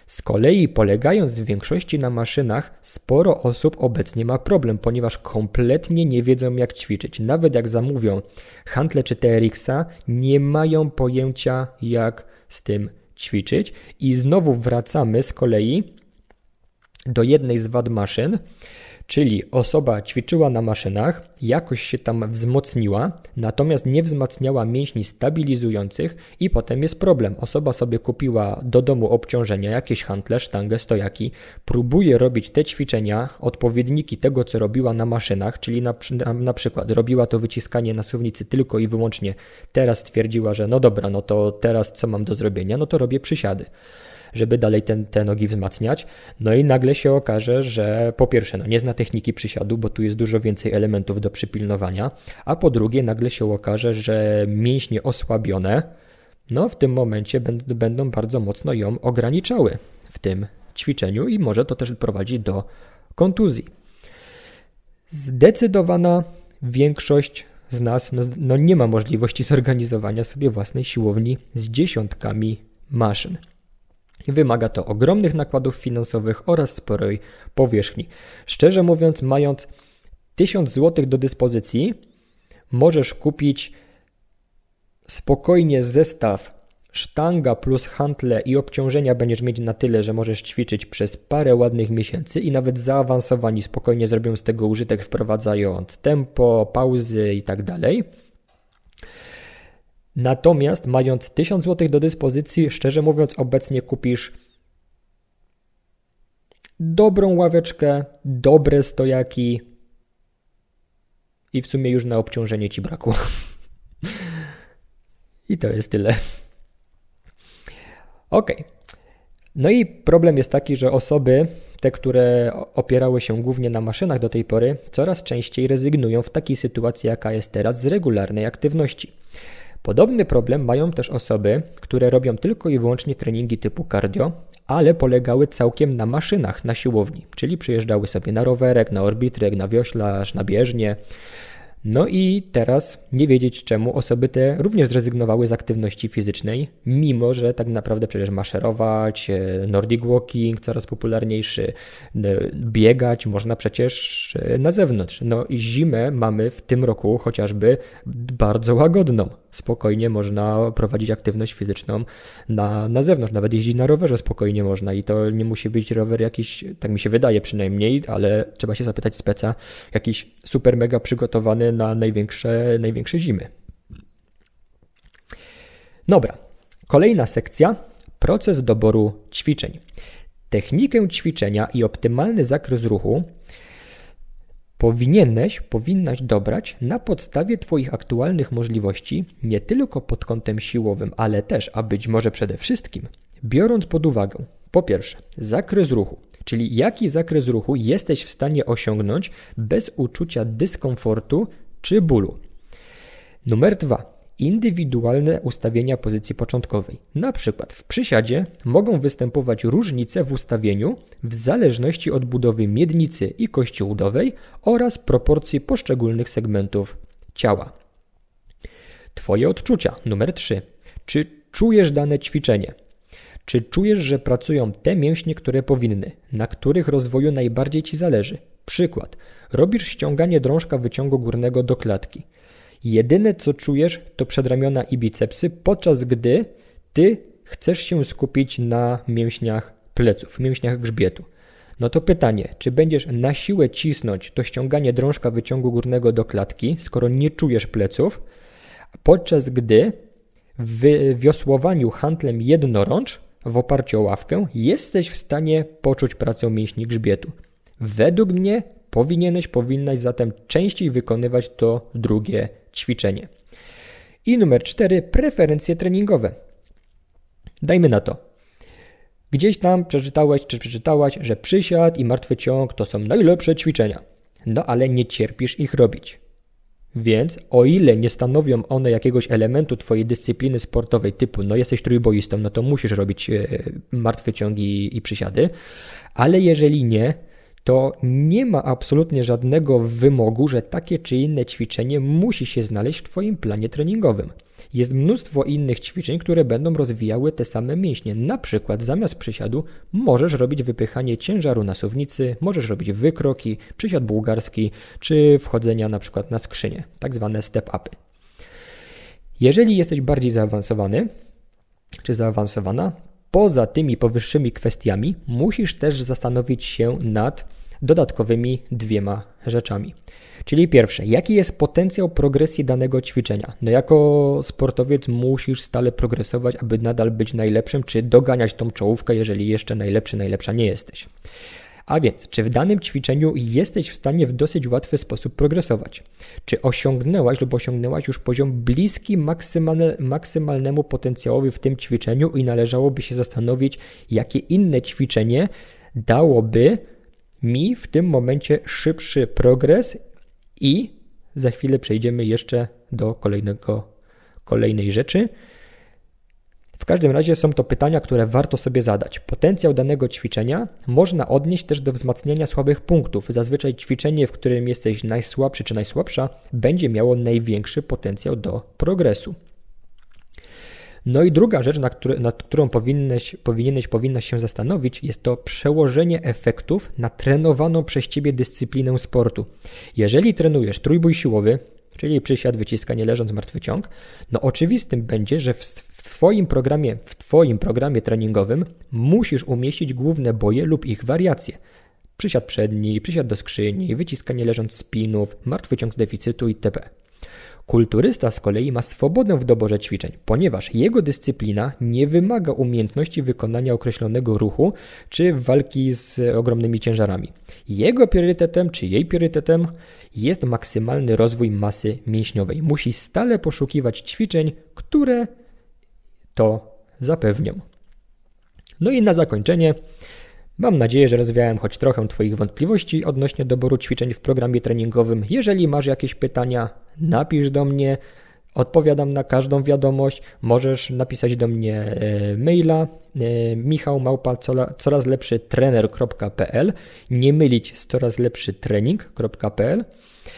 Z kolei polegając w większości na maszynach, sporo osób obecnie ma problem, ponieważ kompletnie nie wiedzą jak ćwiczyć. Nawet jak zamówią hantle czy T R X-a, nie mają pojęcia jak z tym ćwiczyć. I znowu wracamy z kolei do jednej z wad maszyn, czyli osoba ćwiczyła na maszynach, jakoś się tam wzmocniła, natomiast nie wzmacniała mięśni stabilizujących i potem jest problem. Osoba sobie kupiła do domu obciążenia, jakieś hantle, sztangę, stojaki, próbuje robić te ćwiczenia, odpowiedniki tego, co robiła na maszynach, czyli na, na przykład robiła to wyciskanie na suwnicy tylko i wyłącznie, teraz stwierdziła, że no dobra, no to teraz co mam do zrobienia, no to robię przysiady, żeby dalej ten, te nogi wzmacniać. No i nagle się okaże, że po pierwsze no nie zna techniki przysiadu, bo tu jest dużo więcej elementów do przypilnowania, a po drugie nagle się okaże, że mięśnie osłabione, no w tym momencie będą, będą bardzo mocno ją ograniczały w tym ćwiczeniu i może to też prowadzić do kontuzji. Zdecydowana większość z nas no, no nie ma możliwości zorganizowania sobie własnej siłowni z dziesiątkami maszyn. Wymaga to ogromnych nakładów finansowych oraz sporej powierzchni. Szczerze mówiąc, mając tysiąc złotych do dyspozycji, możesz kupić spokojnie zestaw sztanga plus hantle i obciążenia będziesz mieć na tyle, że możesz ćwiczyć przez parę ładnych miesięcy i nawet zaawansowani spokojnie zrobią z tego użytek, wprowadzając tempo, pauzy i tak dalej. Natomiast mając tysiąc złotych do dyspozycji, szczerze mówiąc, obecnie kupisz dobrą ławeczkę, dobre stojaki i w sumie już na obciążenie ci brakło. I to jest tyle. Ok. No i problem jest taki, że osoby, te, które opierały się głównie na maszynach do tej pory, coraz częściej rezygnują w takiej sytuacji, jaka jest teraz, z regularnej aktywności. Podobny problem mają też osoby, które robią tylko i wyłącznie treningi typu cardio, ale polegały całkiem na maszynach na siłowni, czyli przyjeżdżały sobie na rowerek, na orbitrek, na wioślarz, na bieżnię. No i teraz nie wiedzieć czemu osoby te również zrezygnowały z aktywności fizycznej, mimo że tak naprawdę przecież maszerować, Nordic walking coraz popularniejszy, biegać można przecież na zewnątrz. No i zimę mamy w tym roku chociażby bardzo łagodną. Spokojnie można prowadzić aktywność fizyczną na, na zewnątrz, nawet jeździć na rowerze spokojnie można i to nie musi być rower jakiś, tak mi się wydaje przynajmniej, ale trzeba się zapytać speca, jakiś super mega przygotowany na największe, największe zimy. Dobra, kolejna sekcja, proces doboru ćwiczeń. Technikę ćwiczenia i optymalny zakres ruchu powinieneś, powinnaś dobrać na podstawie Twoich aktualnych możliwości, nie tylko pod kątem siłowym, ale też, a być może przede wszystkim, biorąc pod uwagę, po pierwsze, zakres ruchu, czyli jaki zakres ruchu jesteś w stanie osiągnąć bez uczucia dyskomfortu czy bólu. Numer dwa. Indywidualne ustawienia pozycji początkowej. Na przykład w przysiadzie mogą występować różnice w ustawieniu w zależności od budowy miednicy i kości udowej oraz proporcji poszczególnych segmentów ciała. Twoje odczucia. Numer trzy. Czy czujesz dane ćwiczenie? Czy czujesz, że pracują te mięśnie, które powinny, na których rozwoju najbardziej Ci zależy? Przykład. Robisz ściąganie drążka wyciągu górnego do klatki. Jedyne co czujesz to przedramiona i bicepsy, podczas gdy Ty chcesz się skupić na mięśniach pleców, mięśniach grzbietu. No to pytanie, czy będziesz na siłę cisnąć to ściąganie drążka wyciągu górnego do klatki, skoro nie czujesz pleców, podczas gdy w wiosłowaniu hantlem jednorącz w oparciu o ławkę jesteś w stanie poczuć pracę mięśni grzbietu. Według mnie powinieneś, powinnaś zatem częściej wykonywać to drugie ćwiczenie. I numer cztery, preferencje treningowe. Dajmy na to. Gdzieś tam przeczytałeś czy przeczytałaś, że przysiad i martwy ciąg to są najlepsze ćwiczenia. No ale nie cierpisz ich robić. Więc o ile nie stanowią one jakiegoś elementu Twojej dyscypliny sportowej typu no jesteś trójboistą, no to musisz robić martwy ciąg i, i przysiady, ale jeżeli nie, to nie ma absolutnie żadnego wymogu, że takie czy inne ćwiczenie musi się znaleźć w Twoim planie treningowym. Jest mnóstwo innych ćwiczeń, które będą rozwijały te same mięśnie. Na przykład zamiast przysiadu możesz robić wypychanie ciężaru na suwnicy, możesz robić wykroki, przysiad bułgarski, czy wchodzenia na przykład na skrzynię, tak zwane step-upy. Jeżeli jesteś bardziej zaawansowany, czy zaawansowana, poza tymi powyższymi kwestiami musisz też zastanowić się nad dodatkowymi dwiema rzeczami. Czyli pierwsze, jaki jest potencjał progresji danego ćwiczenia? No jako sportowiec musisz stale progresować, aby nadal być najlepszym, czy doganiać tą czołówkę, jeżeli jeszcze najlepszy, najlepsza nie jesteś. A więc, czy w danym ćwiczeniu jesteś w stanie w dosyć łatwy sposób progresować? Czy osiągnęłaś lub osiągnęłaś już poziom bliski maksymalne, maksymalnemu potencjałowi w tym ćwiczeniu i należałoby się zastanowić, jakie inne ćwiczenie dałoby mi w tym momencie szybszy progres i za chwilę przejdziemy jeszcze do kolejnego, kolejnej rzeczy. W każdym razie są to pytania, które warto sobie zadać. Potencjał danego ćwiczenia można odnieść też do wzmacniania słabych punktów. Zazwyczaj ćwiczenie, w którym jesteś najsłabszy czy najsłabsza, będzie miało największy potencjał do progresu. No i druga rzecz, nad, który, nad którą powinieneś, powinieneś, powinnaś się zastanowić, jest to przełożenie efektów na trenowaną przez Ciebie dyscyplinę sportu. Jeżeli trenujesz trójbój siłowy, czyli przysiad, wyciskanie leżąc, martwy ciąg, no oczywistym będzie, że w, w, twoim programie, w Twoim programie treningowym musisz umieścić główne boje lub ich wariacje. Przysiad przedni, przysiad do skrzyni, wyciskanie leżąc spinów, martwy ciąg z deficytu itp. Kulturysta z kolei ma swobodę w doborze ćwiczeń, ponieważ jego dyscyplina nie wymaga umiejętności wykonania określonego ruchu czy walki z ogromnymi ciężarami. Jego priorytetem czy jej priorytetem jest maksymalny rozwój masy mięśniowej. Musi stale poszukiwać ćwiczeń, które to zapewnią. No i na zakończenie mam nadzieję, że rozwiałem choć trochę Twoich wątpliwości odnośnie doboru ćwiczeń w programie treningowym. Jeżeli masz jakieś pytania, napisz do mnie, odpowiadam na każdą wiadomość. Możesz napisać do mnie e, maila e, michał małpa coraz lepszy trener kropka p l, nie mylić z coraz lepszy trening kropka p l.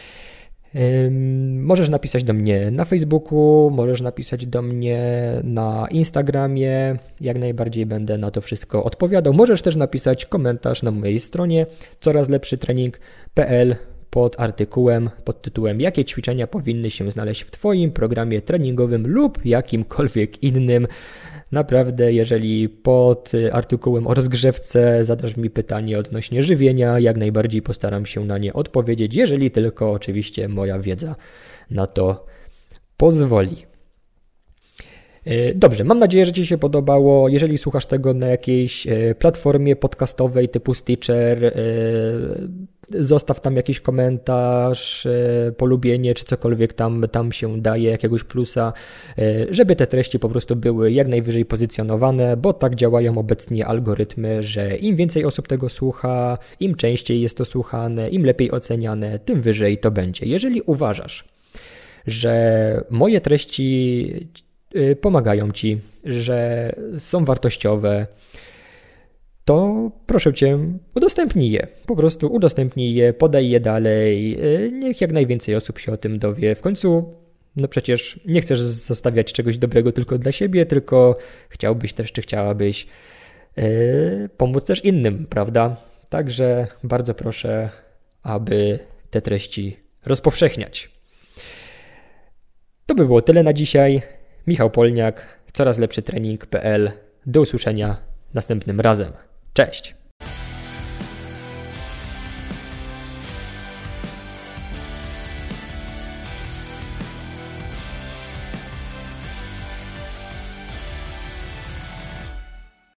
Możesz napisać do mnie na Facebooku, możesz napisać do mnie na Instagramie, jak najbardziej będę na to wszystko odpowiadał. Możesz też napisać komentarz na mojej stronie coraz lepszy trening kropka p l pod artykułem, pod tytułem jakie ćwiczenia powinny się znaleźć w Twoim programie treningowym lub jakimkolwiek innym. Naprawdę, jeżeli pod artykułem o rozgrzewce zadasz mi pytanie odnośnie żywienia, jak najbardziej postaram się na nie odpowiedzieć, jeżeli tylko oczywiście moja wiedza na to pozwoli. Dobrze, mam nadzieję, że Ci się podobało. Jeżeli słuchasz tego na jakiejś platformie podcastowej typu Stitcher, zostaw tam jakiś komentarz, polubienie czy cokolwiek tam, tam się daje, jakiegoś plusa, żeby te treści po prostu były jak najwyżej pozycjonowane, bo tak działają obecnie algorytmy, że im więcej osób tego słucha, im częściej jest to słuchane, im lepiej oceniane, tym wyżej to będzie. Jeżeli uważasz, że moje treści pomagają Ci, że są wartościowe, to proszę Cię, udostępnij je. Po prostu udostępnij je, podaj je dalej. Niech jak najwięcej osób się o tym dowie. W końcu, no przecież nie chcesz zostawiać czegoś dobrego tylko dla siebie, tylko chciałbyś też, czy chciałabyś yy, pomóc też innym, prawda? Także bardzo proszę, aby te treści rozpowszechniać. To by było tyle na dzisiaj. Michał Polniak, coraz lepszy trening kropka p l. Do usłyszenia następnym razem. Cześć!